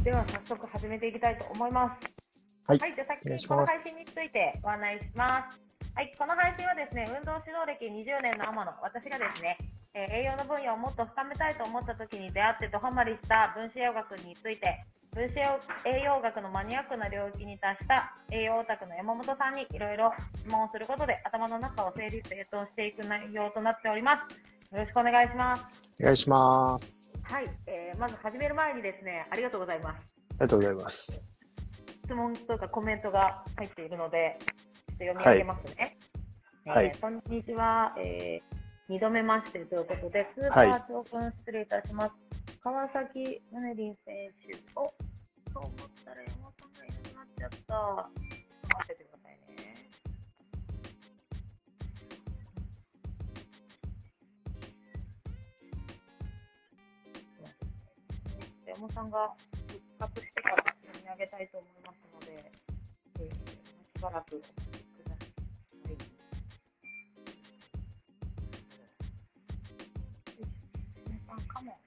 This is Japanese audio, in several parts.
では早速始めていきたいと思います。 はい。 はい、じゃあお願いしこのます。 配信についてご案内します。はい、この配信はですね、運動指導歴20年の天野、私がですね、栄養の分野をもっと深めたいと思った時に出会ってドハマりした分子栄養学について、分子栄養学のマニアックな領域に達した栄養オタクの山本さんにいろいろ質問をすることで頭の中を整理整頓していく内容となっております。よろしくお願いします。 お願いします。 はい、まず始める前にですね、ありがとうございます。 ありがとうございます。 質問とかコメントが入っているので、ちょっと読みはい。 上げますね。 はい。 こんにちは、2度目ましてということで、スーはい。 パー長文失礼いたします。川崎宗凛選手をと思ったら山本さんがいなくなっちゃった。待っててくださいね。山本さんが復活してから読み上げたいと思いますので、しばらくお待ちください。かも。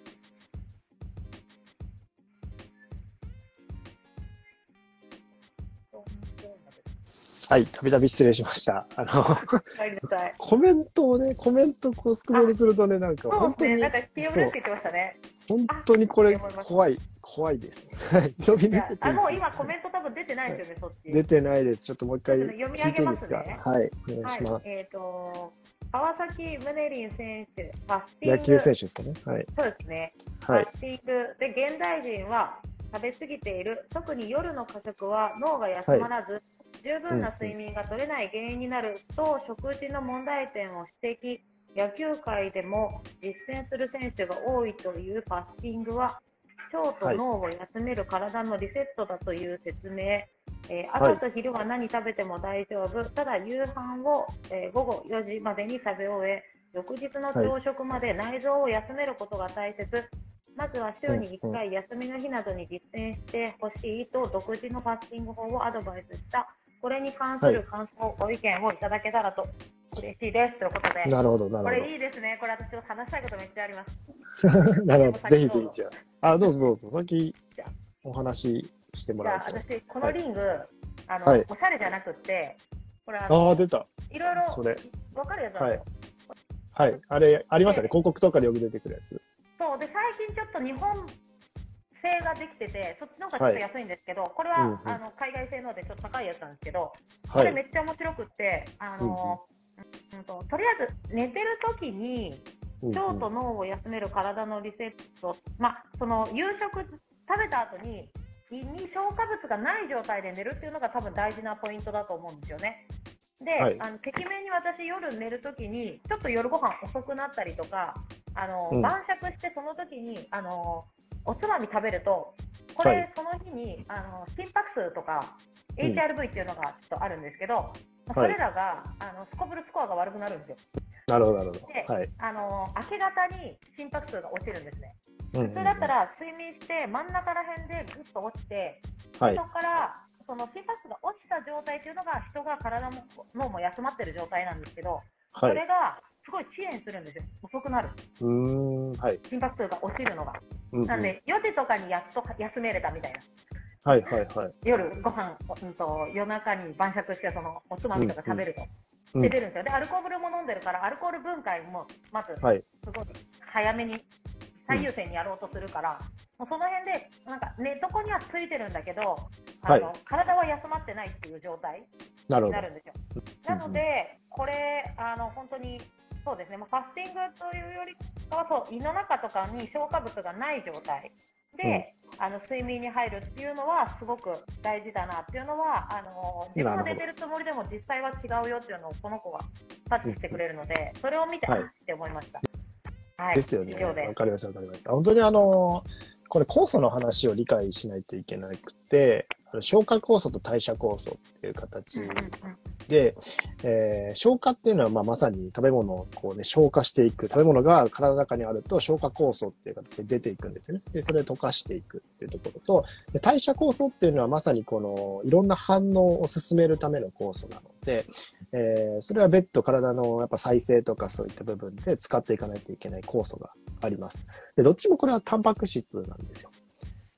はい。たびたび失礼しました。 帰りなさい。 コメントこうスクロールするとね、なんかそうですね。 本当に、 なんか TM ですって言ってましたね。 本当にこれ思いました。 怖いです。はい。飛び抜けていもうく。 今コメント多分出てないですよね、そっち。 出てないです。ちょっともう一回読み聞いていい上げまですか？ すね。 はい。お願いはい。 します。 川崎宗凛選手、ファスティ野ング、 球選手ですかね。はい。 そうですね。フはい。 ァスティングで、現代人は食べ過ぎている、特に夜の過食は脳が休はい。 まらず、十分な睡眠が取れない原因になると食事の問題点を指摘。野球界でも実践する選手が多いというファスティングは腸とはい。 脳を休める体のリセットだという説明。 はい。 朝と昼は何食べても大丈夫。ただ夕飯を、午後4時までに食べ終え、翌日のはい。 朝食まで内臓を休めることが大切。まずは週に1回休みの日などに実践してほしいと独自のファスティング法をアドバイスした。これに関すはい。 る感想、ご意見をいただけたらと嬉しいですということで、 なるほど、なるこほど。 れいいですね。これ私話したいことめっちゃあります。 なるほど。ぜひ先どうぞ。 ぜひじゃあ。あ、どうぞどうぞ。先お話ししてもじゃあらうと。 私こはい。 のリングはい。 おしゃれじゃなくってこれああ、出た。 いろいろそれ。 分かるやつなんではい。 すよ。 はい。あれ、ありましたね。 で、 広告とかでよく出てくるやつ。 そうで最近ちょっと日本製ができててそっちの方がちょっとはい。 安いんですけど、これうん、 はうん。 海外製のでちょっと高いやつなんですけど、こはい。 れめっちゃ面白くってうん、 とりあえず寝てる時にうん。うん、うん。 腸と脳を休める体のリセット、まあ、その夕食食べた後に胃に消化物がない状態で寝るっていうのが多分大事なポイントだと思うんですよね。で、 はい。 てきめんに私夜寝るときにちょっと夜ご飯遅くなったりとかうん。 晩酌してその時におつまみ食べるとこはい。 れその日に心拍数とかうん。 HRV っていうのがちょっとあるんですけど、そはい。 れらがすこぶるスコアが悪くなるんですよ。 なるほど、なるほで、 ど。はい。 明け方に心拍数が落ちるんですね。 うん、うん、 普通だったうん。 ら睡眠して真ん中ら辺でぐっと落ちて、ではい。 そこからその心拍数が落ちた状態というのが人が体も脳も休まってる状態なんですけど、 はい。 それがすごい遅延するんですよ。遅くなる。 うーん。はい。 心拍数が落ちるのが。 うん、うん。 なんで4時とかにやっと休めれたみたいな。 はい、はい、はい。 夜ご飯、夜中に晩酌してそのおつまみとうん、うん。 か食べると。 うん。 で出るんですよ。でアルコールも飲んでるからアルコール分解もまずはい。 すごい早めにうん。 最優先にやろうとするから、もうその辺でなんか寝床にはついてるんだけどはい。 体は休まってないっていう状態なるほど。 になるんですよ。 うん、 なのうん。 でこれ本当にそうですね、ファスティングというよりかはそう胃の中とかに消化物がない状態うん。 で睡眠に入るっていうのはすごく大事だなっていうのは自分なるほど。 は寝てるつもりでも実際は違うよっていうのをこの子はタッうん、うん。 チしてくれるので、それを見てあはい。 って思いました。はい、 ですよね。 以上です。 わかります、わかります。本当にこれ酵素の話を理解しないといけなくて、消化酵素と代謝酵素っていう形うんうんうん。 で、消化っていうのは、まあ、まさに食べ物をこうね、消化していく。食べ物が体の中にあると消化酵素っていう形で出ていくんですよね。で、それを溶かしていくっていうところと、で代謝酵素っていうのはまさにこの、いろんな反応を進めるための酵素なので、それは別途体のやっぱ再生とかそういった部分で使っていかないといけない酵素があります。で、どっちもこれはタンパク質なんですよ。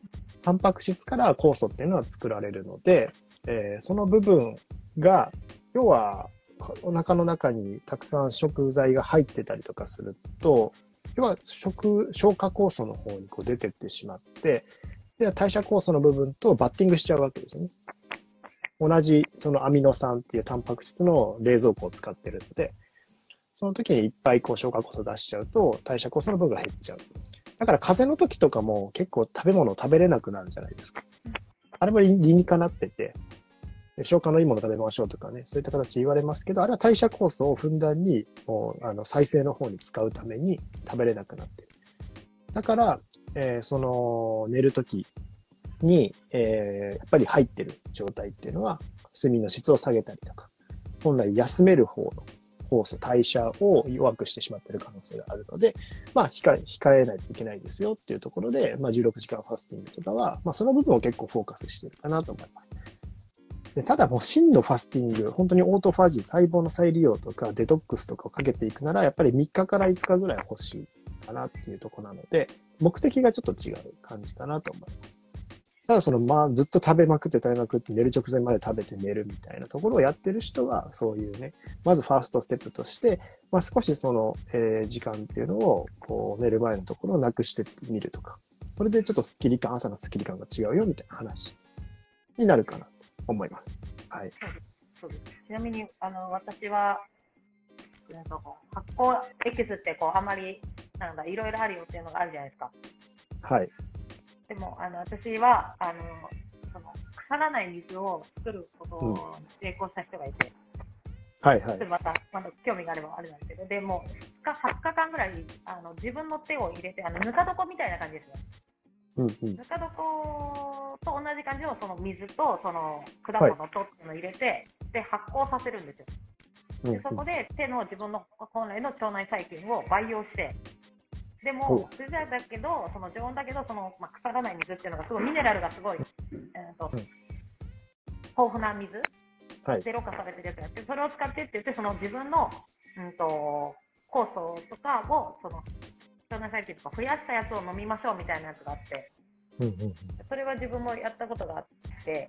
タンパク質から酵素っていうのは作られるので、その部分が、要は、お腹の中にたくさん食材が入ってたりとかすると、要は消化酵素の方にこう出てってしまって、で、代謝酵素の部分とバッティングしちゃうわけですよね。同じそのアミノ酸っていうタンパク質の冷蔵庫を使ってるので、その時にいっぱいこう消化酵素出しちゃうと代謝酵素の部分が減っちゃう。だから風邪の時とかも結構食べ物を食べれなくなるじゃないですか。あれも理にかなってて、消化のいいもの食べましょうとかね、そういった形で言われますけど、あれは代謝酵素をふんだんに再生の方に使うために食べれなくなってる。だから、その寝る時に、やっぱり入ってる状態っていうのは睡眠の質を下げたりとか、本来休める方の酵素、代謝を弱くしてしまっている可能性があるので、まあ控えないといけないですよっていうところで、まあ16時間ファスティングとかは、まあその部分を結構フォーカスしているかなと思います。でただもう真のファスティング、本当にオートファジー、細胞の再利用とかデトックスとかをかけていくなら、やっぱり3日から5日ぐらい欲しいかなっていうところなので、目的がちょっと違う感じかなと思います。ただまあずっと食べまくって寝る直前まで食べて寝るみたいなところをやってる人は、そういうね、まずファーストステップとして、まあ少し時間っていうのを、こう寝る前のところをなくしてみるとか、それでちょっと朝のスッキリ感が違うよみたいな話になるかなと思います。はい。 そうです。ちなみに、私は、発酵エキスってあまり、いろいろあるよっていうのがあるじゃないですか。はい。でも私は腐らない水を作ることを成功した人がいて、はいはい。また興味があればあれなんですけど、でも8日間ぐらい自分の手を入れてぬか床みたいな感じですね。ぬか床と同じ感じのその水とその果物とっていうのを入れて、で発酵させるんですよ。でそこで自分の本来の腸内細菌を培養して。でも、水だけど、常温だけど、腐らない水っていうのがすごい、ミネラルがすごい、豊富な水、ゼロ化されてるやつがあって、それを使ってって言って、自分の、酵素とかを、腸内細菌とか増やしたやつを飲みましょうみたいなやつがあって、それは自分もやったことがあって、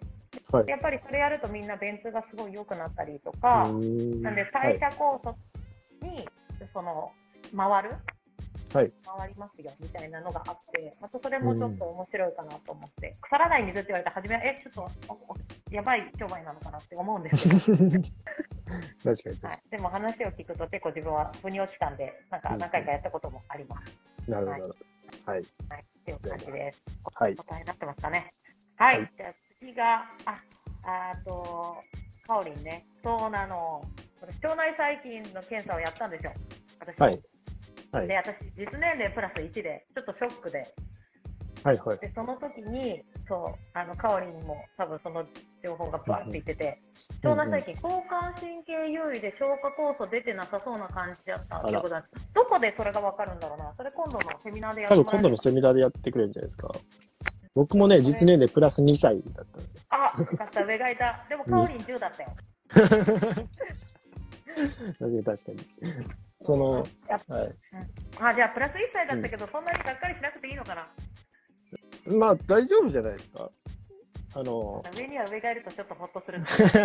やっぱりそれやるとみんな便通がすごい良くなったりとか、なんで代謝酵素に、回る。回りますよみたいなのがあって、またそれもちょっと面白いかなと思って、腐らない水って言われたら初めはちょっとやばい商売なのかなって思うんですけど確かに、はい、でも話を聞くと結構自分は腑に落ちたんで、何回かやったこともあります。なるほど、はい、っていう感じです。答えになってますかね。はい、じゃあ次がかおりんね、腸内細菌の検査をやったんですよ、私。はいで、私、実年齢プラス1で、ちょっとショックで、でその時に、かおりんも多分その情報がバーって言ってて、腸内細菌、交感神経優位で消化酵素出てなさそうな感じだったってことなんです。どこでそれが分かるんだろうな、それ今度のセミナーでやってもらえる。多分今度のセミナーでやってくれるんじゃないですか。僕もね、実年齢プラス2歳だったんですよ。あ、よかった、上がいた。でも、かおりん10だったよ。確かに。じゃあプラス1歳だったけど、そんなにがっかりしなくていいのかな。まあ大丈夫じゃないですか。上には上がいるとちょっとホッとする。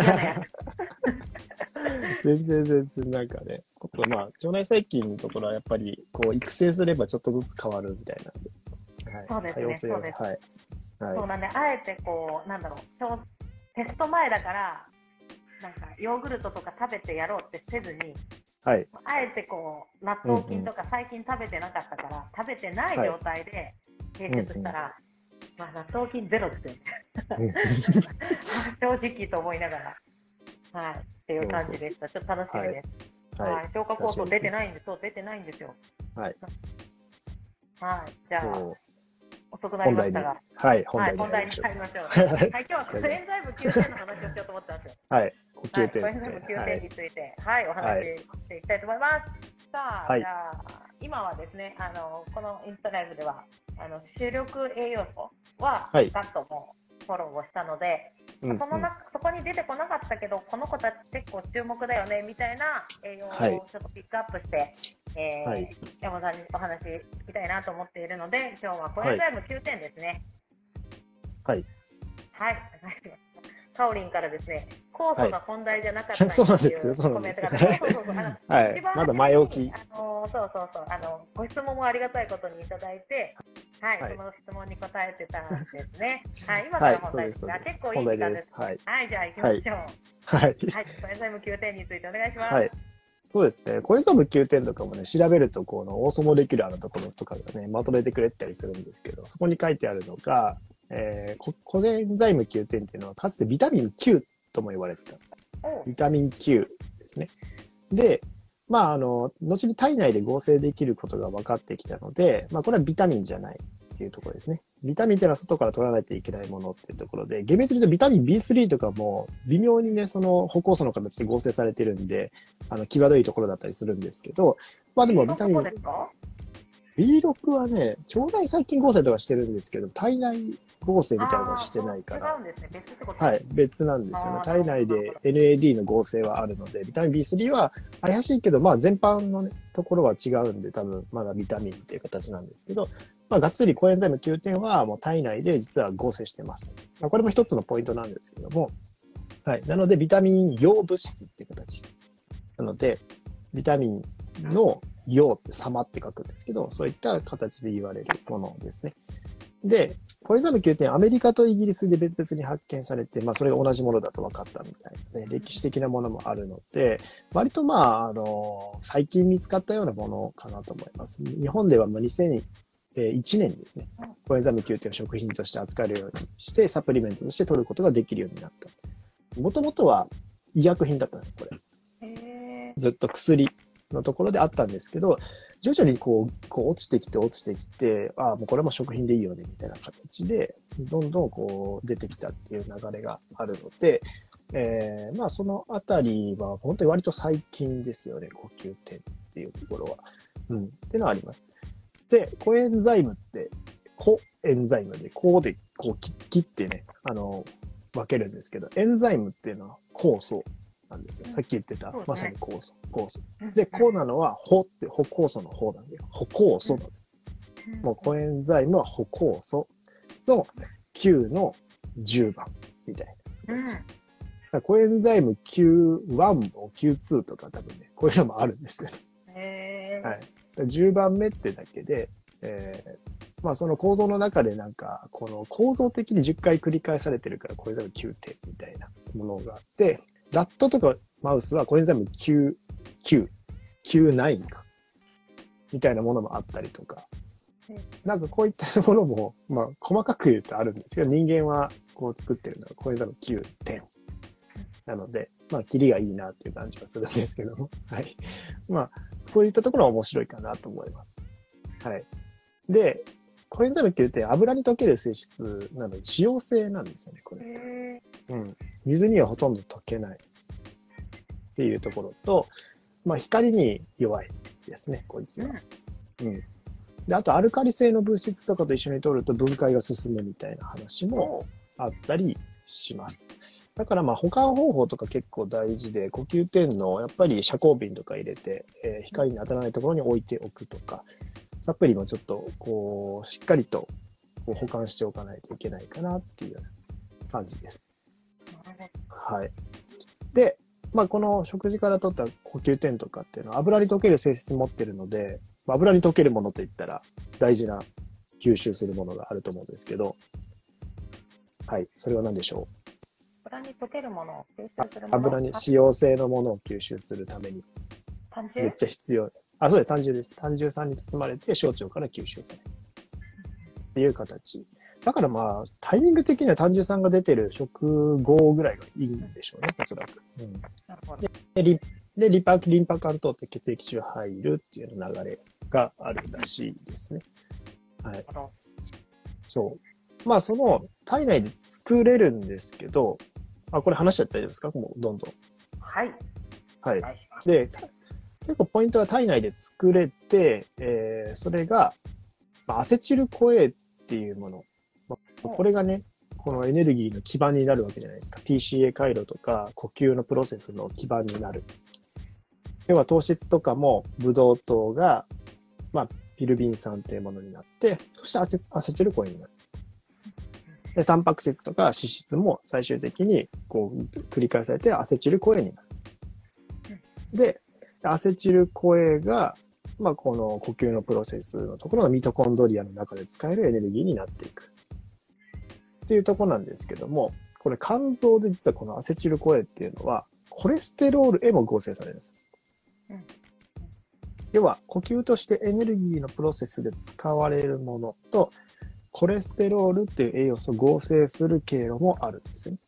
全然なんかね、腸内細菌のところはやっぱり育成すればちょっとずつ変わるみたいなんで。そうですね。そうです。はい。そうなんで、あえてテスト前だから。ヨーグルトとか食べてやろうってせずに、あえて納豆菌とか最近食べてなかったから、食べてない状態で提出したら、納豆菌ゼロって正直と思いながら、っていう感じでした。ちょっと楽しみです。消化酵素出てないんですよ。じゃあ遅くなりましたが、本題に入りましょう。今日はコエンザイム9点の話をしようと思ったんですよ。コエンザイム9点について、お話ししていきたいと思います。さあ、じゃあ今はですね、このインスタライブでは主力栄養素はガッともフォローをしたので、そこに出てこなかったけど、この子たち結構注目だよねみたいな栄養をちょっとピックアップして、山さんにお話聞きたいなと思っているので、今日はコエンザイム9点ですね。 はい。 はい、カオリンからですね、酵素が本題じゃなかったそうなんっていですよ。そうなんですよ。 うコメントが、そうそうそうそう、 はい。 一番まだ初めに、 前置き。 そうそうそう、ご質問もありがたいことにいただいて、はい、 はい。 その質問に答えてたんですね。はい、今かはい。 ら本そうです、 題ですが、 そうです。 結構いい本題です。 時間です。 はい。 はい、じゃあ行きまはい。 しょう。 はい。 はい、コエンザイム9点についてお願いします。 はい。そうですね。コエンザイム9点とかもね、調べると、このオーソモレキュラーのところとかがね、まとめてくれたりするんですけど、そこに書いてあるのが、コエンザイム9点っていうのは、かつてビタミン9とも言われてた。ビタミン9ですね。で、まあ、後に体内で合成できることが分かってきたので、まあ、これはビタミンじゃないっていうところですね。ビタミンっていうのは外から取らないといけないものっていうところで、厳密に言うとビタミン B3 とかも微妙にね、その歩酵素の形で合成されてるんで、際どいところだったりするんですけど、まあでもビタミン、 ですか？ B6 はね、腸内細菌合成とかしてるんですけど、体内合成みたいなのはしてないから、 違うんですね。別ってことはい、別なんですよね。体内で NAD の合成はあるので、ビタミン B3 は怪しいけど、まあ全般のね、ところは違うんで、多分まだビタミンっていう形なんですけど、まあがっつりコエンザイム9点はもう体内で実は合成してます。まあ、これも一つのポイントなんですけども、はい。なので、ビタミン陽物質っていう形。なので、ビタミンの陽って様って書くんですけど、そういった形で言われるものですね。で、コエンザイム9点、アメリカとイギリスで別々に発見されて、まあ、それが同じものだと分かったみたいなね、歴史的なものもあるので、割とまあ、最近見つかったようなものかなと思います。日本ではもう2001年にですね、コエンザイム9点を食品として扱えるようにして、サプリメントとして取ることができるようになった。もともとは医薬品だったんですよ、これ。ずっと薬のところであったんですけど、徐々にこう落ちてきて、ああ、もうこれも食品でいいよね、みたいな形で、どんどんこう出てきたっていう流れがあるので、まあそのあたりは本当に割と最近ですよね、呼吸点っていうところは。うん、っていうのはあります。で、コエンザイムって、コエンザイムで、こうでこう切ってね、分けるんですけど、エンザイムっていうのは酵素なんですよ。さっき言ってた、まさに酵素。で、こうなのは、歩って歩酵素の歩なんで、歩酵素なんです。もうコエンザイムは歩酵素の9の10番みたいな。コエンザイム Q1 も Q2 とか多分ね、こういうのもあるんですよ。はい。10番目ってだけで、まあその構造の中でなんか、この構造的に10回繰り返されてるからコエンザイム9点みたいなものがあって、ラットとかマウスはコエンザイム9、9、9、か。みたいなものもあったりとか。なんかこういったものも、まあ細かく言うとあるんですけど、人間はこう作ってるのはコエンザイム9点。なので、まあ、キリがいいなっていう感じはするんですけども。はい。まあ、そういったところは面白いかなと思います。はい。で、コエンザイム9って油に溶ける性質なので、脂溶性なんですよね、これって。うん。水にはほとんど溶けないっていうところと、まあ、光に弱いですね、こいつは。うん。で、あと、アルカリ性の物質とかと一緒に取ると分解が進むみたいな話もあったりします。だからまあ保管方法とか結構大事で、呼吸点のやっぱり遮光瓶とか入れて、光に当たらないところに置いておくとか、サプリもちょっとこうしっかりとこう保管しておかないといけないかなっていうような感じです。はい。で、まあこの食事から取った呼吸点とかっていうのは油に溶ける性質持ってるので、油に溶けるものといったら大事な吸収するものがあると思うんですけど、はい、それは何でしょう？ 油に溶けるものを吸収するもの。 油に脂溶性のものを吸収するためにめっちゃ必要。あ、そうです。単純です。単純酸に包まれて小腸から吸収されるっていう形。だからまあタイミング的には単純酸が出てる食後ぐらいがいいんでしょうね、おそらく。 なるほど。 でリンパ管通って血液中入るっていう流れがあるらしいですね。はい。そう。まあその体内で作れるんですけど、あ、これ話しちゃって大丈夫ですか？もうどんどん。 はい。 はい。で、結構ポイントは体内で作れて、それが、まあ、アセチルコエっていうもの。まあ、これがね、このエネルギーの基盤になるわけじゃないですか。TCA 回路とか呼吸のプロセスの基盤になる。要は糖質とかもブドウ糖が、まあ、ピルビン酸というものになって、そしてアセチルコエになる。 で、タンパク質とか脂質も最終的にこう繰り返されてアセチルコエになる。で、アセチルコエが、まあ、この呼吸のプロセスのところのミトコンドリアの中で使えるエネルギーになっていく。っていうところなんですけども、これ肝臓で実はこのアセチルコエっていうのは、コレステロールへも合成されるんです。要は、呼吸としてエネルギーのプロセスで使われるものと、コレステロールっていう栄養素を合成する経路もあるんですよね。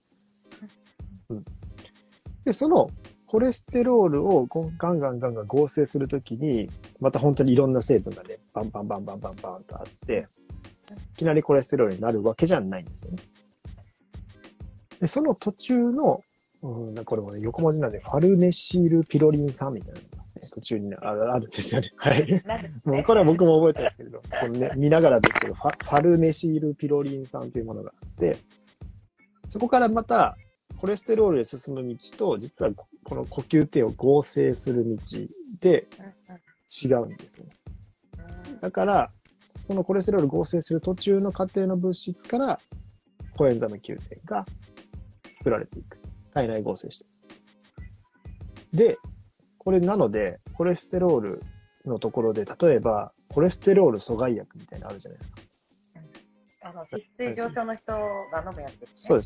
で、そのコレステロールをガンガン合成するときに、また本当にいろんな成分がね、バンバンとあって、いきなりコレステロールになるわけじゃないんですよね。で、その途中の、これもね、横文字なんで、ファルネシールピロリン酸みたいなのが、ね、途中にあるんですよね。はい。もうこれは僕も覚えてるんですけれど、このね、見ながらですけど、ファルネシールピロリン酸というものがあって、そこからまた、コレステロールへ進む道と、実はこの呼吸艇を合成する道で違うんですよね。だから、そのコレステロール合成する途中の過程の物質から、コエンザイム Q 点が作られていく。体内合成して。で、これなので、コレステロールのところで、例えば、コレステロール阻害薬みたいなのあるじゃないですか。 脂質異常症の人が飲むやつですね。 そうです。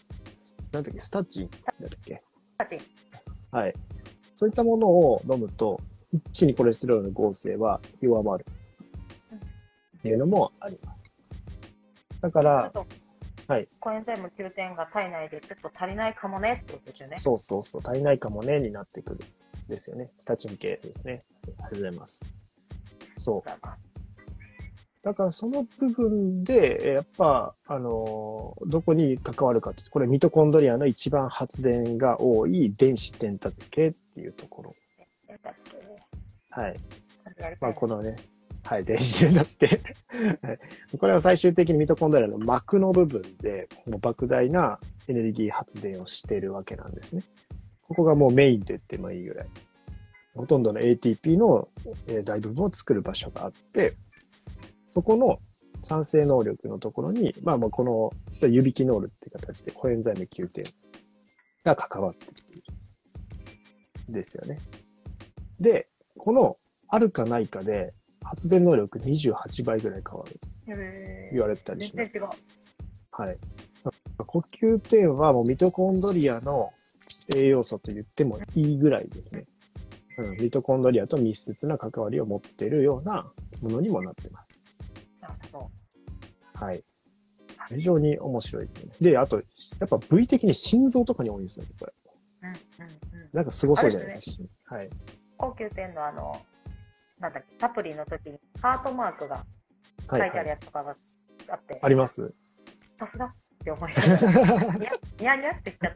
なんだっけ、スタチンだったっけ。 スタチン。 はい。そういったものを飲むと、一気にコレステロールの合成は弱まる。っていうのもあります。だから、はい。 コエンザイム Q 点が体内でちょっと足りないかもねってことですよね。 そう。足りないかもねになってくる。ですよね。スタチン系ですね。ありがとうございます。そう。だからその部分で、やっぱ、どこに関わるかって、これミトコンドリアの一番発電が多い電子伝達系っていうところ。はい。まあ、このね、はい、電子伝達系。これは最終的にミトコンドリアの膜の部分で、もう莫大なエネルギー発電をしているわけなんですね。ここがもうメインと言ってもいいぐらい。ほとんどの ATP の大部分を作る場所があって、そこの産生能力のところに、まあこの、実はユビキノールっていう形でコエンザイム Q 点が関わってきている。ですよね。で、このあるかないかで発電能力28倍ぐらい変わると言われてたりします。はい。呼吸点はもうミトコンドリアの栄養素と言ってもいいぐらいですね。ミトコンドリアと密接な関わりを持っているようなものにもなっています。 なるほど。はい。 非常に面白いですね。で、あと、やっぱ部位的に心臓とかに多いんですよね、これ。なんかすごそうじゃないですか。ね、はい。 呼吸点のなんだっけ、サプリの時にハートマークが書いてあるやつとかがあって。はいはい、 あります。 さすがって思いながら、ニヤニヤってしちゃった。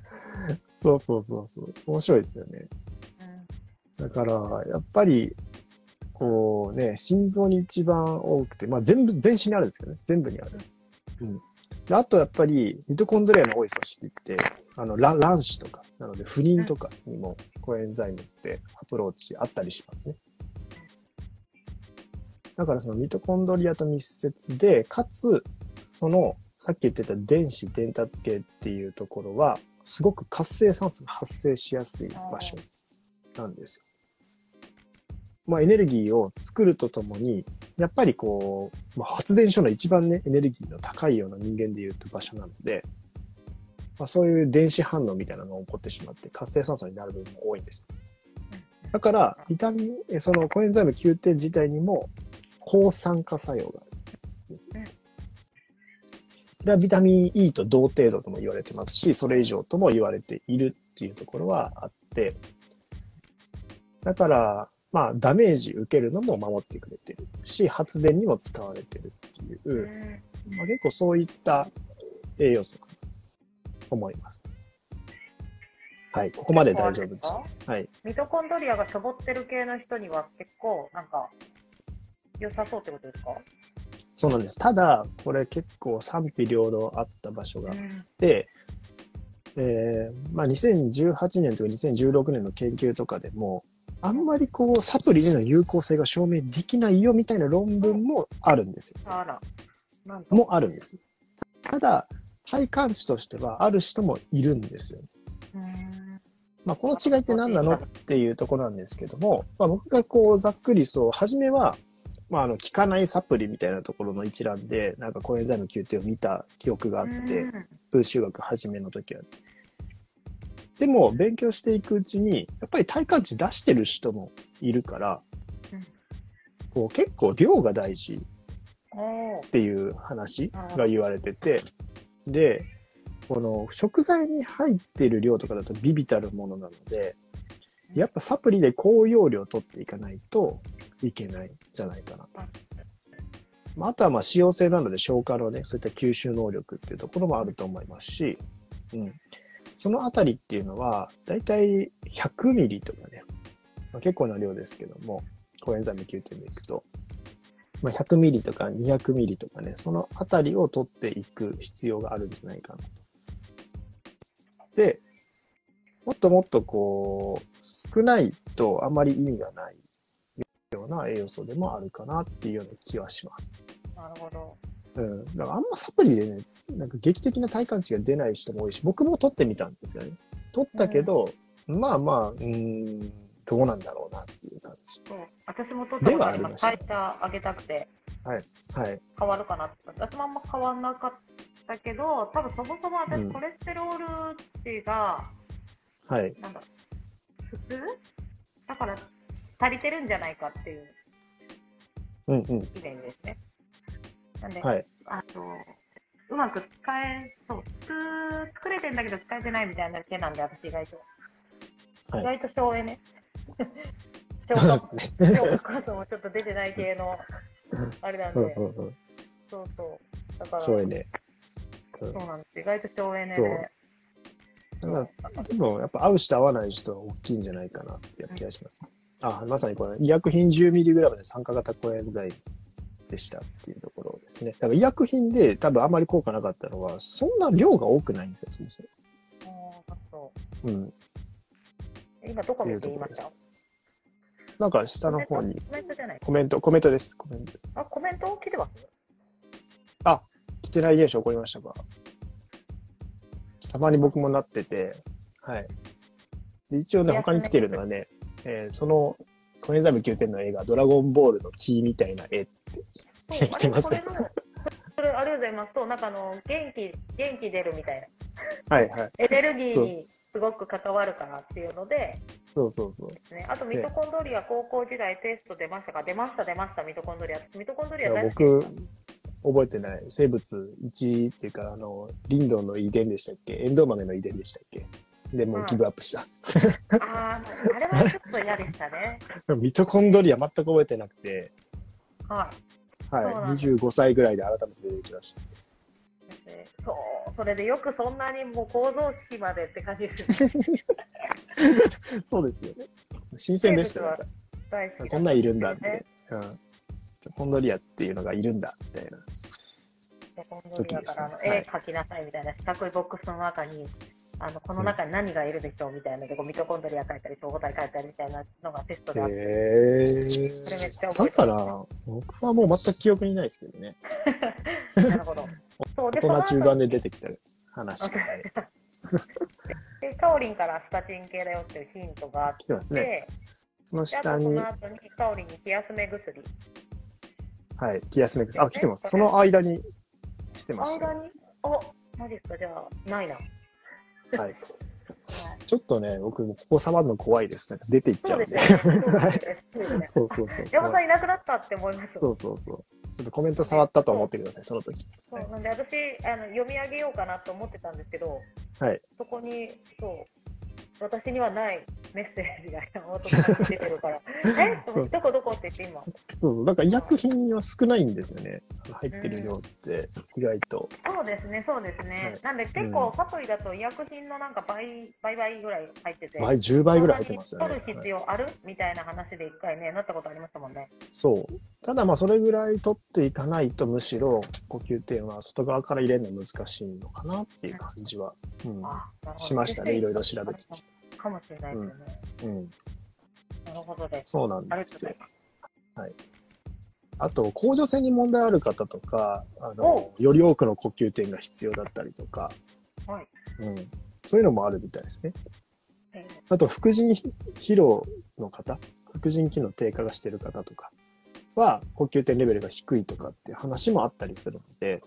そう。面白いですよね。だから、やっぱり、こうね、心臓に一番多くて、まあ全身にあるんですけどね。全部にある。であとやっぱり、ミトコンドリアの多い組織って、卵子とか、なので不妊とかにもコエンザイムってアプローチあったりしますね。だからそのミトコンドリアと密接で、かつ、その、さっき言ってた電子伝達系っていうところは、すごく活性酸素が発生しやすい場所なんですよ。まあエネルギーを作るとともに、やっぱりこう、まあ、発電所の一番ね、エネルギーの高いような人間でいうと場所なので、まあ、そういう電子反応みたいなのが起こってしまって活性酸素になる部分も多いんです。だから、そのコエンザイム Q 点自体にも抗酸化作用がある。これはビタミン E と同程度とも言われてますし、それ以上とも言われているっていうところはあって、だから、まあ、ダメージ受けるのも守ってくれてるし、発電にも使われてるっていう、まあ、結構そういった栄養素かなと思います。はい、ここまで大丈夫です。はい。 ミトコンドリアがしょぼってる系の人には結構なんか良さそうってことですか？ そうなんです。ただ、これ結構賛否両論あった場所があって、まあ、2018年とか2016年の研究とかでも、あんまりこう、サプリでの有効性が証明できないよみたいな論文もあるんですよ。 あら。 もあるんです。ただ、 体感値としてはある人もいるんですよ。 うん。 まあ、この違いって何なのっていうところなんですけども、まあ、僕がこうざっくりそう、初めは、まあ、効かないサプリみたいなところの一覧で、なんかコエンザイム Q10 を見た記憶があって、分子学初めの時は。でも、勉強していくうちに、やっぱり体感値出してる人もいるから、こう結構量が大事っていう話が言われてて、で、この食材に入っている量とかだと微々たるものなので、やっぱサプリで高容量取っていかないといけないんじゃないかなと。あとはまあ使用性なので消化のね、そういった吸収能力っていうところもあると思いますし、そのあたりっていうのは、だいたい100ミリとかね、結構な量ですけども、コエンザイム Q10 でいくと、100ミリとか200ミリとかね、そのあたりを取っていく必要があるんじゃないかなと。で、もっともっとこう、少ないとあまり意味がないような栄養素でもあるかなっていうような気はします。 なるほど。 だからあんまサプリでね、なんか劇的な体感値が出ない人も多いし、僕も取ってみたんですよね。取ったけど、まあまあ、どうなんだろうなっていう感じ。 私も取ったことあります。代謝上げたくて。 はい。 変わるかなって。私もあんま変わんなかったけど、多分そもそも私、コレステロール値が、なんだ、普通だから足りてるんじゃないかっていう意見ですね。なんで、うまく作れてんだけど使えてないみたいな系なんで、私意外と省エネ。消化酵素もちょっと出てない系のあれなんで、そうそう。だから、 省エネ。 そうなんです。意外と省エネで。 だからでもやっぱ合う人合わない人は大きいんじゃないかなっていう気がします。まさにこれ医薬品 10mg で酸化型コエンザイムでしたっていうところですね。だから医薬品で多分あまり効果なかったのはそんな量が多くないんですよ。 今どこ見て言いました？ なんか下の方にコメントじゃない？ コメントです。コメント。 コメント来てます？ 来てない現象起こりましたか？たまに僕もなってて、はい。一応ね、他に来てるのはね、そのコエンザイム9点の絵がドラゴンボールの木みたいな絵って来てますね。 それありがとうございます。なんか元気出るみたいな。 エネルギーにすごく関わるからっていうので、 そう。 ですね。あとミトコンドリア高校時代テスト出ましたか？出ましたミトコンドリア僕覚えてない。生物1っていうかリンドンの遺伝でしたっけ？エンドウ豆の遺伝でしたっけ？でもうギブアップした。 あれはちょっと嫌でしたね。 ミトコンドリア全く覚えてなくて、25歳ぐらいで改めて出てきました。 それでよくそんなにもう構造式までって感じですね。 そうですよね。新鮮でしたね。こんなんいるんだって。コンドリアっていうのがいるんだみたいな。 コンドリアから絵描きなさいみたいな四角いボックスの中にこの中に何がいるでしょうみたいなので、ミトコンドリア書いたり相互体書いたりみたいなのがテストであって、それめっちゃ覚えてます。 だから僕はもう全く記憶にないですけどね。 なるほど。 大人中盤で出てきた話が。 でカオリンからスタチン系だよっていうヒントがあって、 ますね。その下に。 その後にカオリンに気休め薬。 気休め薬。来てます。その間に来てました。 間にマジですか？じゃあ、ないな。 ちょっとね、僕もここ触るの怖いですね。出ていっちゃうんで。そう。 山さんいなくなったって思います。 そう。ちょっとコメント触ったと思ってください、その時。 なんで私読み上げようかなと思ってたんですけど、そこに私にはないメッセージが山本さんに出てるから、どこって言って今。 そう。だから医薬品は少ないんですよね。入ってる量って意外と。 そうですね。なんで結構サプリだと医薬品のなんか倍ぐらい入ってて。 10倍ぐらい入ってますよね。 取る必要あるみたいな話で一回ね、なったことありましたもんね。 そう。ただそれぐらい取っていかないとむしろ呼吸点は外側から入れるの難しいのかなっていう感じは、しましたね。いろいろ調べて。 かもしれないですよね。なるほどです。 そうなんですよ。 あと、甲状腺に問題ある方とか、 おより多くの呼吸点が必要だったりとか、 はい。 うん、そういうのもあるみたいですね。 えあと、副腎疲労の方、副腎機能低下がしている方とかは、呼吸点レベルが低いとかっていう話もあったりするので、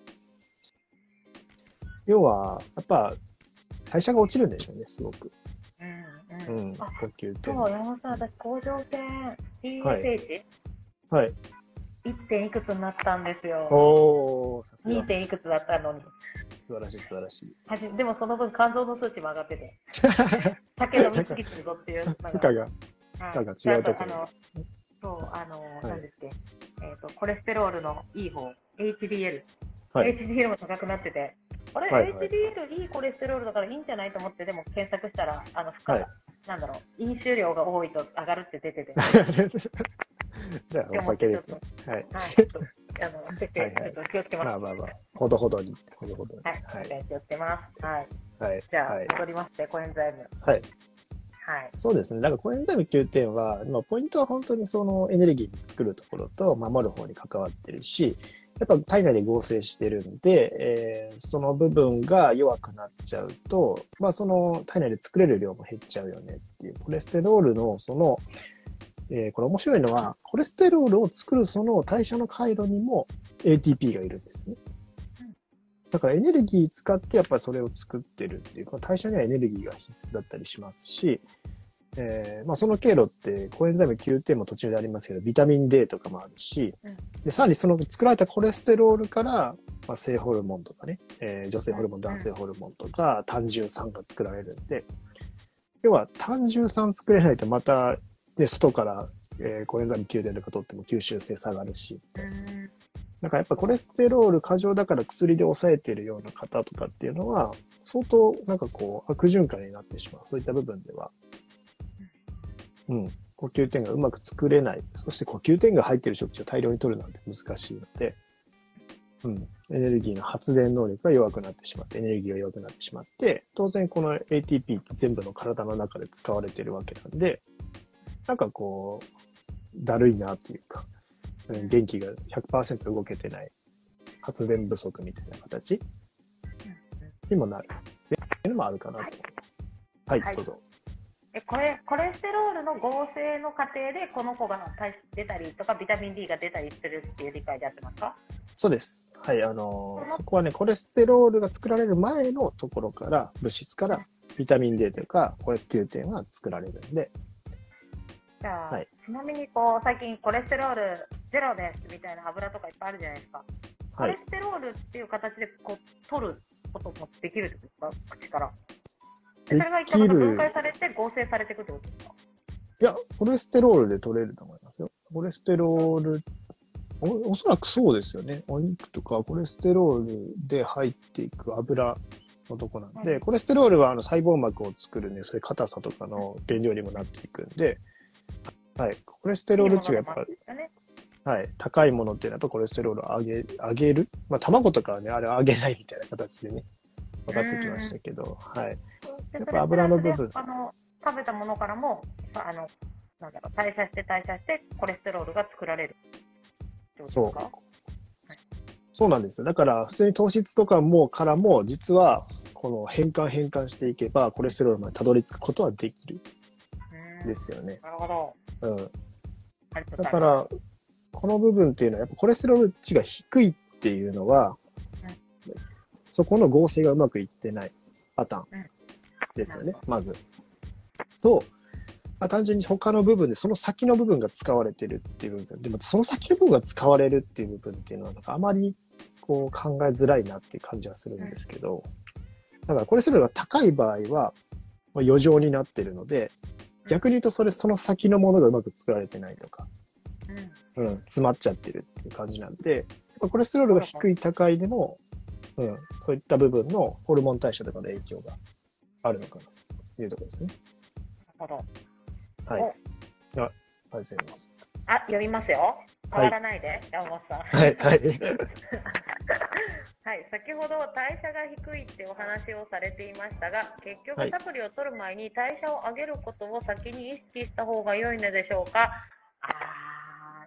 要は、やっぱ、代謝が落ちるんでしょうね、すごく。 うん。あ、 呼吸点。 そう、山本さん、私、甲状腺はい。 TSH1 はい。 点いくつになったんですよ。 おー、さすが。 2. 点いくつだったのに。 素晴らしい、素晴らしい。 でもその分肝臓の数値も上がってて、酒飲みすぎてるぞっていう。 負荷が、 はい違うところに。 そう、 はいなんですっけ、コレステロールのいい方、HDL。 はい。 HDL も高くなってて、あれ、 はいはい、 HDL いいコレステロールだからいいんじゃないと思って、でも検索したら、 はい。 なんだろう、飲酒量が多いと上がるって出てて、 じゃあ、お酒ですね。はい。 はい、ちょっと、設定、 はいはい。 ちょっと気をつけます。 まあまあまあ、ほどほどに、ほどほどに。 はい、 はい。 気をつけます。はい。 はい。 じゃあ、 はい。 戻りまして、コエンザイム。 はい。 はい。 そうですね。だから、コエンザイム Q10 は、まあ、ポイントは本当にそのエネルギーに作るところと守る方に関わってるし、やっぱ体内で合成してるんで、その部分が弱くなっちゃうと、まあその体内で作れる量も減っちゃうよねっていう、コレステロールのその、これ面白いのは、コレステロールを作るその代謝の回路にも ATP がいるんですね。だからエネルギー使ってやっぱりそれを作ってるっていう、この代謝にはエネルギーが必須だったりしますし、まあその経路ってコエンザイム9点も途中でありますけど、ビタミン D とかもあるし、でさらにその作られたコレステロールから、まあ、性ホルモンとかね、女性ホルモン、男性ホルモンとか、単純酸が作られるんで、要は単純酸作れないとまた、で外から、コエンザイム9点とか取っても吸収性下がるし、なんかやっぱコレステロール過剰だから薬で抑えているような方とかっていうのは、相当なんかこう悪循環になってしまう。そういった部分では。うん。呼吸点がうまく作れない。そして呼吸点が入っている食事を大量に取るなんて難しいので、うん。エネルギーの発電能力が弱くなってしまって、エネルギーが弱くなってしまって、当然この ATP って全部の体の中で使われているわけなんで、なんかこう、だるいなというか、元気が 100% 動けてない発電不足みたいな形にもなるっていうのもあるかなと。はい、どうぞ。 コレステロールの合成の過程でこの子が出たりとかビタミン D が出たりするっていう理解で合ってますか？ そうです。はい、そこはね、コレステロールが作られる前のところから、物質からビタミン D というか、コレステロールが作られるんで。 じゃあ、はい、ちなみにこう最近コレステロールゼロですみたいな油とかいっぱいあるじゃないですか。コレステロールっていう形でこう取ることもできるってことですか？口から。それが一回また分解されて合成されていくってことですか？ いや、コレステロールで取れると思いますよ。コレステロール、おそらくそうですよね。お肉とかコレステロールで入っていく油のとこなんで、コレステロールは細胞膜を作るね、そういう硬さとかの原料にもなっていくんで、はい、コレステロール値がやっぱ、はい、高いものっていうのはやっぱコレステロールを上げる。まあ、卵とかはね、あれ上げないみたいな形でね、分かってきましたけど、はい。やっぱ油の部分。 食べたものからも、なんだろう、代謝してコレステロールが作られる。 そう。そうなんですよ。だから、普通に糖質とかからも、実は、この変換していけば、コレステロールまでたどり着くことはできる。ですよね。 なるほど。 うん。だから、この部分っていうのは、やっぱコレステロール値が低いっていうのは、そこの合成がうまくいってないパターンですよね、まず。と、まあ、単純に他の部分でその先の部分が使われてるっていう部分でもその先の部分が使われるっていう部分っていうのはなんかあまりこう考えづらいなっていう感じはするんですけど、だからコレステロールが高い場合は余剰になってるので、逆に言うとその先のものがうまく作られてないとか、詰まっちゃってるっていう感じなんで、コレステロールが低い高いでも、そういった部分のホルモン代謝とかの影響があるのかなというところですね。 なるほど。 はい。ありがとうございます。 読みますよ。変わらないで、山本さん。 はい、はい。 はい、先ほど代謝が低いってお話をされていましたが、結局サプリを取る前に代謝を上げることを先に意識した方が良いのでしょうか？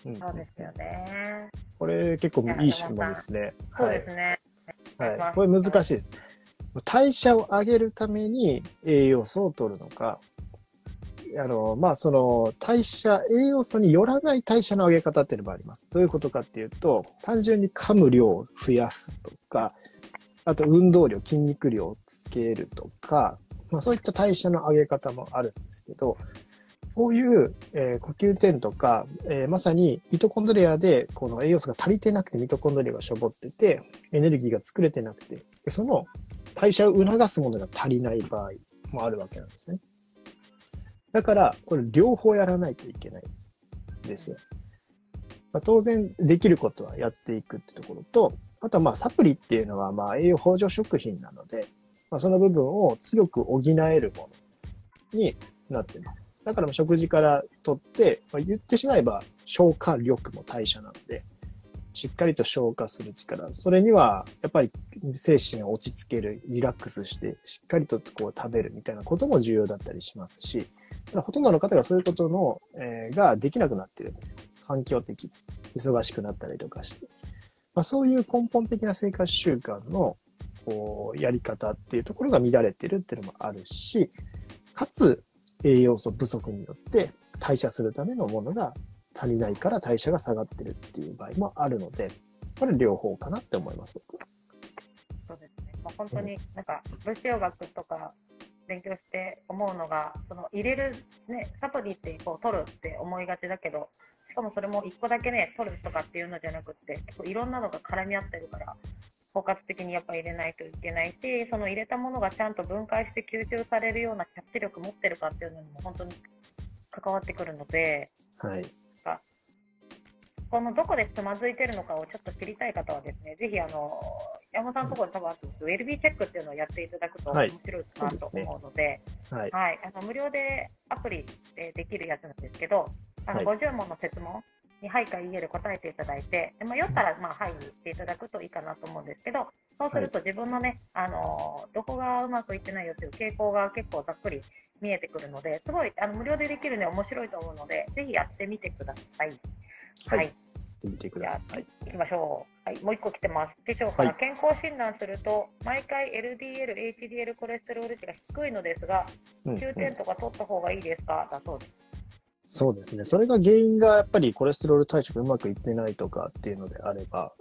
うん。 そうですよね。 これ結構いや、 いい質山本さん。 問ですね。 そうはい。 ですね。お願いしはい。 ます。 これ難しいです。代謝を上げるために栄養素を取るのか、その代謝、栄養素によらない代謝の上げ方っていうのもあります。どういうことかっていうと、単純に噛む量を増やすとか、あと運動量、筋肉量をつけるとか、そういった代謝の上げ方もあるんですけど、こういう、呼吸点とか、まさにミトコンドリアでこの栄養素が足りてなくてミトコンドリアがしょぼってて、エネルギーが作れてなくて、でその代謝を促すものが足りない場合もあるわけなんですね。だから、これ両方やらないといけないんですよ。当然、できることはやっていくってところと、あとはサプリっていうのは栄養補助食品なので、その部分を強く補えるものになっています。だから食事からとって、言ってしまえば消化力も代謝なので、しっかりと消化する力。それには、やっぱり精神を落ち着ける、リラックスして、しっかりとこう食べるみたいなことも重要だったりしますし、ほとんどの方がそういうことの、ができなくなってるんですよ。環境的に。忙しくなったりとかして。そういう根本的な生活習慣のこうやり方っていうところが乱れてるっていうのもあるし、かつ栄養素不足によって代謝するためのものが足りないから代謝が下がってるっていう場合もあるので、これ両方かなって思います、僕は。 そうですね。本当になんか分子葉学とか勉強して思うのが、その入れるね、サプリってこう取るって思いがちだけど、しかもそれも1個だけね、取るとかっていうのじゃなくて、結構いろんなのが絡み合ってるから、包括的にやっぱ入れないといけないし、その入れたものがちゃんと分解して吸収されるようなキャッチ力持ってるかっていうのにも本当に関わってくるので、 はい。 このどこでつまずいてるのかをちょっと知りたい方はですね、ぜひ山本さんのところで多分あるんですけど、ウェルビーチェックっていうのをやっていただくと面白いかなと思うので、 はい。 はい、無料でアプリでできるやつなんですけど、50問の設問にはいかいいえで答えていただいて、で酔ったらはいにしていただくといいかなと思うんですけど、そうすると自分のね、どこがうまくいってないよっていう傾向が結構ざっくり見えてくるので、すごい無料でできるね、面白いと思うので、ぜひやってみてください。 はい。見てください。 行きましょう。はい、もう一個来てます。師匠から健康診断すると、毎回 LDL、HDL コレステロール値が低いのですが、9点とか取った方がいいですか、だそうです。 そうですね。それが原因がやっぱりコレステロール対処がうまくいってないとかっていうのであれば、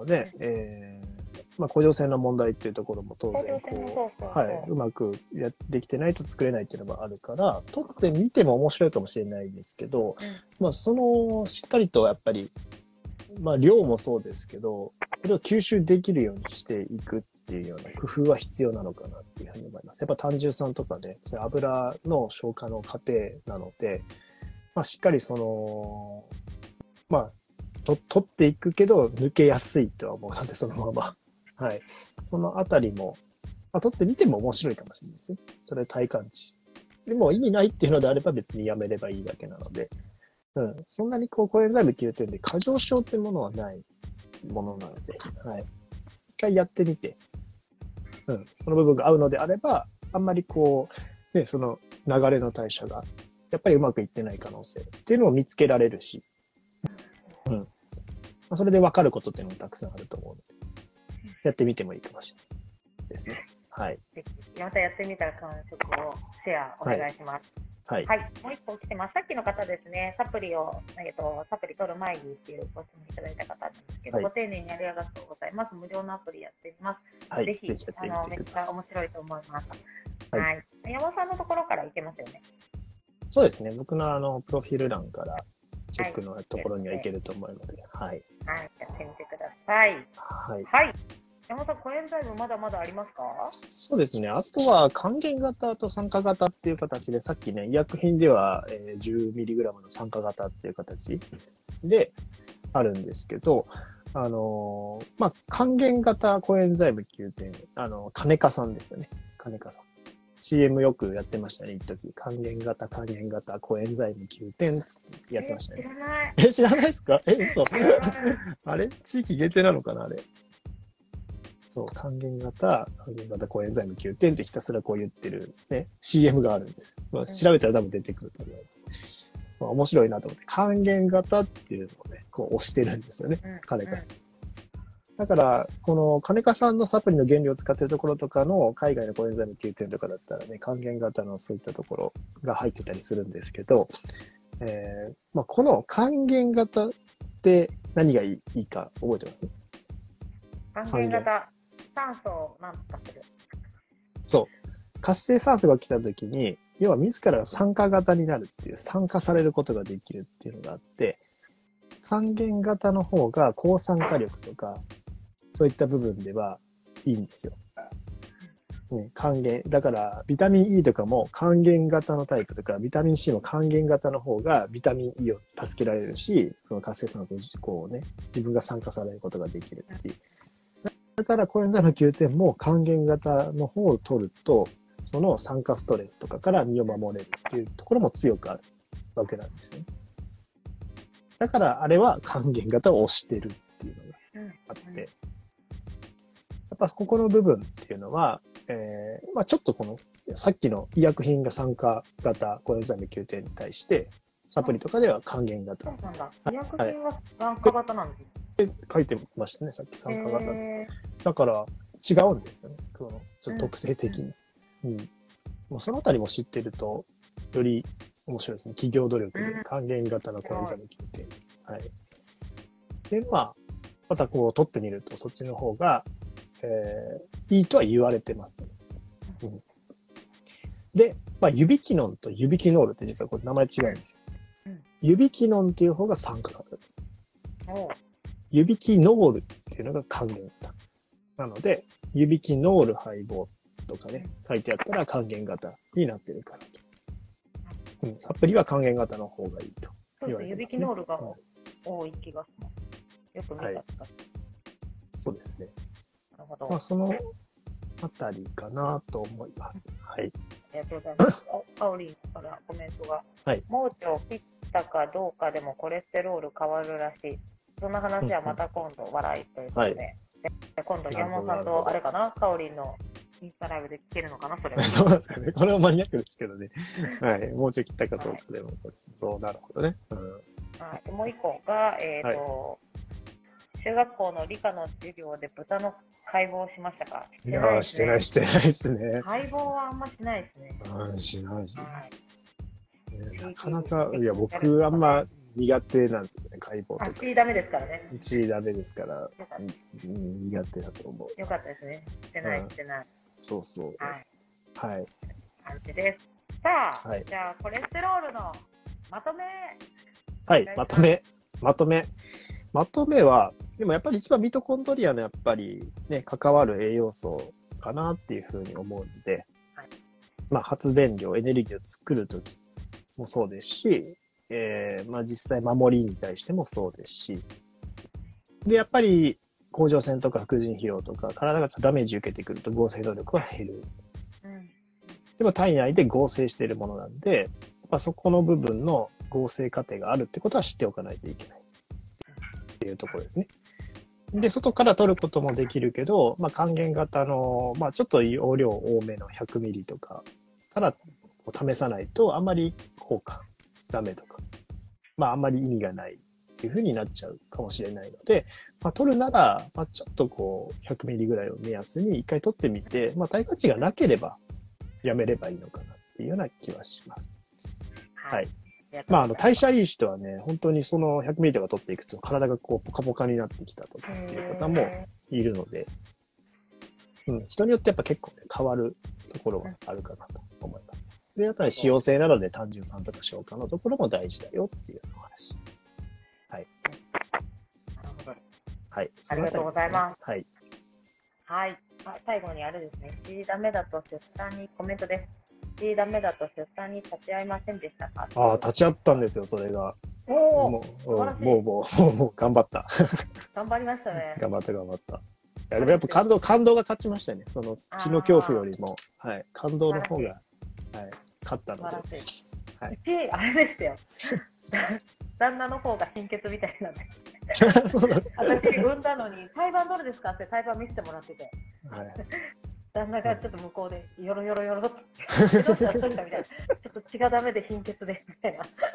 甲状腺の問題っていうところも当然うまくできてないと作れないっていうのがあるから、取ってみても面白いかもしれないですけど、しっかりとやっぱり、量もそうですけど、これを吸収できるようにしていくっていうような工夫は必要なのかなっていうふうに思います。やっぱ単純酸とかね、油の消化の過程なので、しっかり取っていくけど抜けやすいとは思うので、そのまま。はい。そのあたりも、取ってみても面白いかもしれないですよ。それ体感値。でも意味ないっていうのであれば別にやめればいいだけなので、そんなにコエンザイム9点で過剰症ってものはないものなので、はい。一回やってみて、その部分が合うのであれば、あんまりその流れの代謝がやっぱりうまくいってない可能性っていうのを見つけられるし、それで分かることっていうのもたくさんあると思うので、やってみてもいいかもしれないですね。はい。 またやってみた感触をシェアお願いします。はい。はい、もう一個来てます。さっきの方ですね、サプリ取る前にっていうご質問いただいた方なんですけど、ご丁寧にありがとうございます。無料のアプリやっています。ぜひめっちゃ面白いと思います。はい。山本さんのところからいけますよね。 そうですね。僕のプロフィール欄からチェックのところにはいけると思うので、はい。 はい、やってみてください。 はい。 はい。山本さん、コエンザイムまだまだありますか？ そうですね。あとは還元型と酸化型っていう形で、さっきね、医薬品では 10mg の酸化型っていう形であるんですけど、還元型コエンザイム9点、金化さんですよね。金化さん。CM よくやってましたね、一時。還元型コエンザイム9点ってやってましたね。 知らない。 知らないですか？嘘。あれ地域限定なのかなあれ。そう、還元型コエンザイム9点ってひたすらこう言ってるね、CM があるんです。調べたら多分出てくると思う。 面白いなと思って、還元型っていうのをね、こう押してるんですよね、金川さん。だから、この金川さんのサプリの原理を使ってるところとかの海外のコエンザイム9点とかだったらね、還元型のそういったところが入ってたりするんですけど、この還元型って何がいいか覚えてます？ 還元型、酸素を何とかする。 そう。活性酸素が来た時に、要は自らが酸化型になるっていう、酸化されることができるっていうのがあって、還元型の方が抗酸化力とか、そういった部分ではいいんですよ。還元。だから、ビタミン E とかも還元型のタイプとか、ビタミン C も還元型の方がビタミン E を助けられるし、その活性酸素をこうね、自分が酸化されることができるっていう。だから、コエンザイム9点も還元型の方を取ると、その酸化ストレスとかから身を守れるっていうところも強くあるわけなんですね。だから、あれは還元型を押してるっていうのがあって、やっぱここの部分っていうのは、ちょっとこの、さっきの医薬品が酸化型コエンザイム9点に対して、サプリとかでは還元型。 そうなんだ。医薬品は酸化型なんです。 書いてましたね、さっき酸化型。だから違うんですよね、このちょっと特性的に。もうそのあたりも知ってると、より面白いですね。企業努力で還元型のコエンザイム9点。はい。で、またこう取ってみると、そっちの方が、いいとは言われてますね。で、ユビキノンとユビキノールって実はこれ名前違うんですよ。ユビキノンっていう方が酸化型です。ユビキノールっていうのが還元型。なので、ユビキノール配合とかね、書いてあったら還元型になってるからと。サプリは還元型の方がいいと言われてますね。 ユビキノールが多い気がします。よく見た気がします。 そうですね。 なるほど。 そのあたりかなと思います。はい。 ありがとうございます。カオリンからコメントが。はい。盲腸を切ったかどうかでもコレステロール変わるらしい。そんな話はまた今度笑いということで。今度、山本さんと、あれかな、カオリンのインスタライブで聞けるのかな、それは。 そうなんですかね。これはマニアックですけどね。はい。もうちょい切ったかどうかでも、そう、なるほどね。 はい。もう一個が、中学校の理科の授業で豚の解剖しましたか？ いや、してないですね。 解剖はあんましないですね。 しないし。なかなか、いや、僕、あんま苦手なんですね、解剖とか。 1位ダメですからね。 1位ダメですから、苦手だと思う。 よかったですね。してない。 そうそう。はい。 感じです。さあ、じゃあ、コレステロールのまとめ。 はい、まとめは、でもやっぱり一番ミトコンドリアのやっぱりね、関わる栄養素かなっていうふうに思うので、発電量、エネルギーを作るときもそうですし、実際守りに対してもそうですし、で、やっぱり甲状腺とか副腎疲労とか体がダメージ受けてくると合成能力は減る。でも体内で合成しているものなんで、そこの部分の合成過程があるってことは知っておかないといけないっていうところですね。で、外から取ることもできるけど、還元型の、ちょっと容量多めの100ミリとかから試さないとあんまり効果ダメとか、あんまり意味がないっていう風になっちゃうかもしれないので、取るなら、ちょっとこう100ミリぐらいを目安に一回取ってみて、対価値がなければやめればいいのかなっていうような気はします。はい。代謝いい人はね、本当にその100ミリとか取っていくと体がこうポカポカになってきたとかっていう方もいるので、人によってやっぱ結構ね、変わるところがあるかなと思います。で、あとは使用性なので単純酸とか消化のところも大事だよっていうお話。はい。 なるほど。 はい。 ありがとうございます。 はい。 はい。最後にあれですね、C ダメだと出産にコメントです。C ダメだと出産に立ち会いませんでしたか？ 立ち会ったんですよ、それが。もう頑張った。 頑張りましたね。 頑張った。でもやっぱ感動が勝ちましたね。その血の恐怖よりも、感動の方が、勝ったので。 あれですよ。旦那の方が貧血みたいなんで。 そうなんです。 私産んだのに、胎盤どれですかって胎盤見せてもらってて。旦那がちょっと向こうで、よろよろって。どうしたみたいな。ちょっと血がダメで貧血ですみたいな。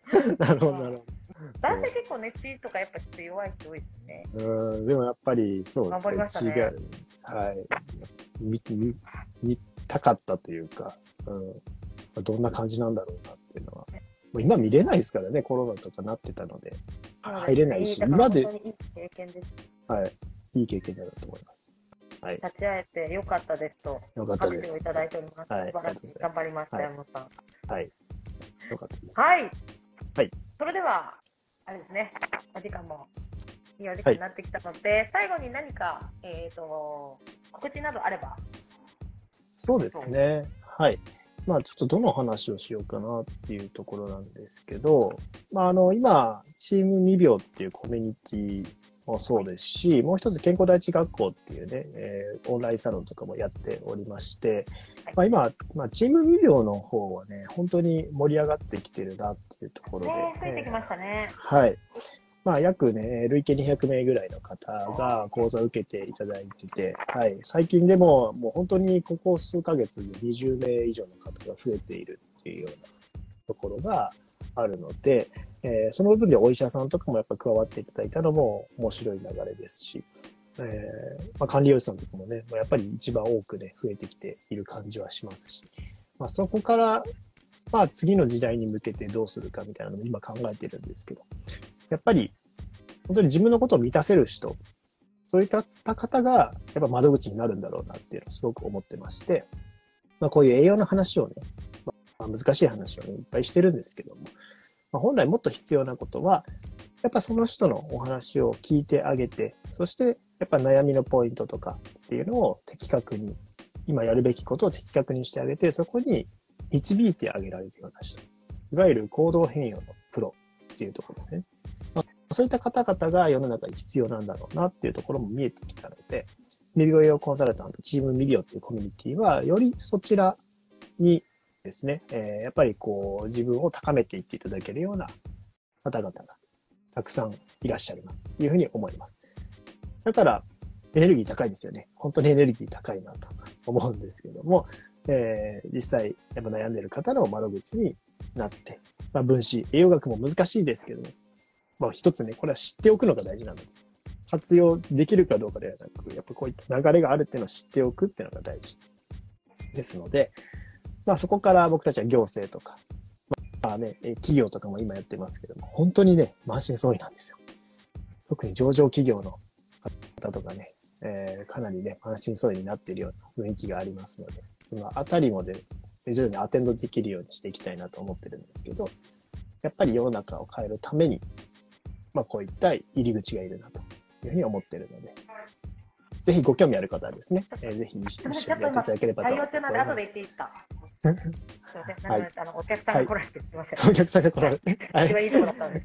なるほど、なるほど。 男性結構ね、血とかやっぱちょっと弱い人多いですね。 でもやっぱりそうです頑張りましたね。 血が、はい。見たかったというか、どんな感じなんだろうなっていうのは。もう今見れないですからね、コロナとかなってたので。入れないし、今で、 本当にいい経験です。 はい。いい経験だなと思います。はい。 立ち会えてよかったですと、 よかったです。 拍手をいただいております。 はい。 素晴らしい。頑張りました、山本さん。 はい。よかったです。 はい。 はい。 それでは、あれですね、お時間もいいお時間になってきたので、最後に何か、告知などあれば。 そうですね。はい。まあ、ちょっとどの話をしようかなっていうところなんですけど、まあ、今、チーム未病っていうコミュニティもそうですし、もう一つ健康第一学校っていうね、オンラインサロンとかもやっておりまして、まあ、今、チーム未病の方はね、本当に盛り上がってきてるなっていうところで。 増えてきましたね。 はい。まあ、約ね、累計200名ぐらいの方が講座を受けていただいてて、はい。最近でも、もう本当にここ数ヶ月で20名以上の方が増えているっていうようなところがあるので、その部分でお医者さんとかもやっぱ加わっていただいたのも面白い流れですし、管理栄養士さんとかもね、やっぱり一番多くね、増えてきている感じはしますし、まあ、そこから、まあ、次の時代に向けてどうするかみたいなのも今考えてるんですけど、やっぱり、本当に自分のことを満たせる人、そういった方が、やっぱ窓口になるんだろうなっていうのをすごく思ってまして、まあこういう栄養の話をね、まあ、難しい話をね、いっぱいしてるんですけども、まあ、本来もっと必要なことは、やっぱその人のお話を聞いてあげて、そしてやっぱ悩みのポイントとかっていうのを的確に、今やるべきことを的確にしてあげて、そこに導いてあげられるような人。いわゆる行動変容のプロっていうところですね。そういった方々が世の中に必要なんだろうなっていうところも見えてきたので、未病用コンサルタントチーム未病っていうコミュニティは、よりそちらにですね、やっぱりこう自分を高めていっていただけるような方々がたくさんいらっしゃるなというふうに思います。だからエネルギー高いですよね。本当にエネルギー高いなと思うんですけども、実際やっぱ悩んでいる方の窓口になって、まあ、分子、栄養学も難しいですけども、まあ一つね、これは知っておくのが大事なので、活用できるかどうかではなく、やっぱこういった流れがあるっていうのを知っておくっていうのが大事ですので、まあそこから僕たちは行政とか、まあね、企業とかも今やってますけども、本当にね、満身創痍なんですよ。特に上場企業の方とかね、かなりね、満身創痍になっているような雰囲気がありますので、そのあたりもで、徐々にアテンドできるようにしていきたいなと思ってるんですけど、やっぱり世の中を変えるために、まあこういった入り口がいるなというふうに思っているので、ぜひご興味ある方はですね、ぜひ一緒にやっていただければと思います。 対応中なんで後で言っていいですか？はい、お客さんが来られてすみません。 お客さんが来られて。 はい。一番いいところだったんです。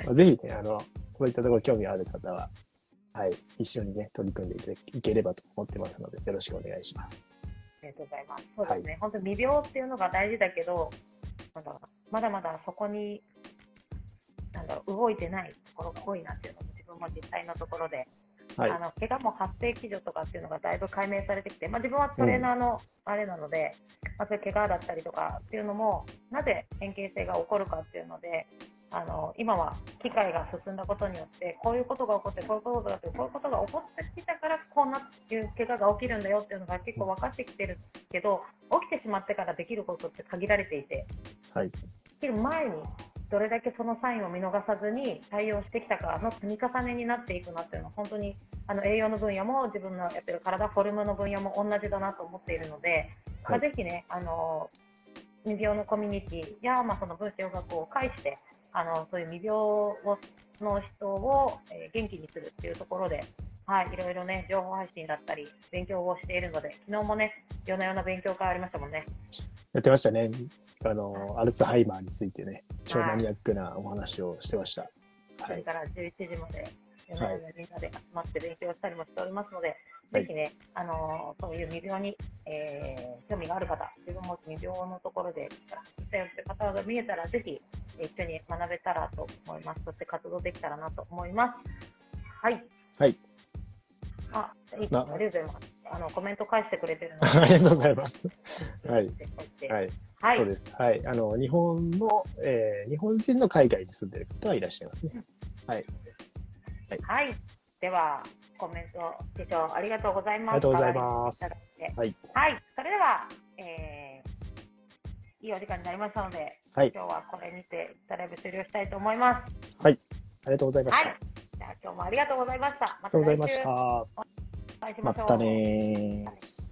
ぜひね、こういったところ興味ある方は、はい、一緒にね、取り組んでいければと思ってますので、よろしくお願いします。 ありがとうございます。そうですね、はい、本当に未病っていうのが大事だけど、まだまだそこに、動いてないところが多いなっていうのも自分も実際のところで、はい、怪我も発生基準とかっていうのがだいぶ解明されてきて、まあ、自分はトレーナーのあれなので、そういう怪我だったりとかっていうのもなぜ変形性が起こるかっていうので、今は機械が進んだことによってこういうことが起こってこういうことが起こってきたからこんないう怪我が起きるんだよっていうのが結構分かってきてるけど、起きてしまってからできることって限られていて、はい、できる前にどれだけそのサインを見逃さずに対応してきたかの積み重ねになっていくなっていうのは本当に栄養の分野も自分のやってる体フォルムの分野も同じだなと思っているので、はい、ぜひね未病のコミュニティや、その分子栄養学を介してそういう未病の人を、元気にするっていうところで、はい、いろいろね情報配信だったり勉強をしているので、昨日もね夜な夜な勉強会ありましたもんね。やってましたね。アルツハイマーについてね、超マニアックなお話をしてました。はい、それから11時まで夜な夜なみんなで集まって勉強したりもしておりますので、はい、ぜひね、そういう未病に、興味がある方、自分も未病のところで来たよって方が見えたら、ぜひ一緒に学べたらと思います。そして活動できたらなと思います。はい。はい。ありがとうございます。 コメント返してくれてるので、 ありがとうございます。はい。 ははい。そうです。はい。日本人の海外に住んでいる方はいらっしゃいますね。はい。 はい。では、コメント、視聴ありがとうございます。 ありがとうございます。 はい。はい。それでは、いいお時間になりましたので、はい、今日はこれにてライブ終了したいと思います。 はい。ありがとうございました。 はい。じゃあ今日もありがとうございました。 ありがとうございました。 お会いしましょう。 またねー。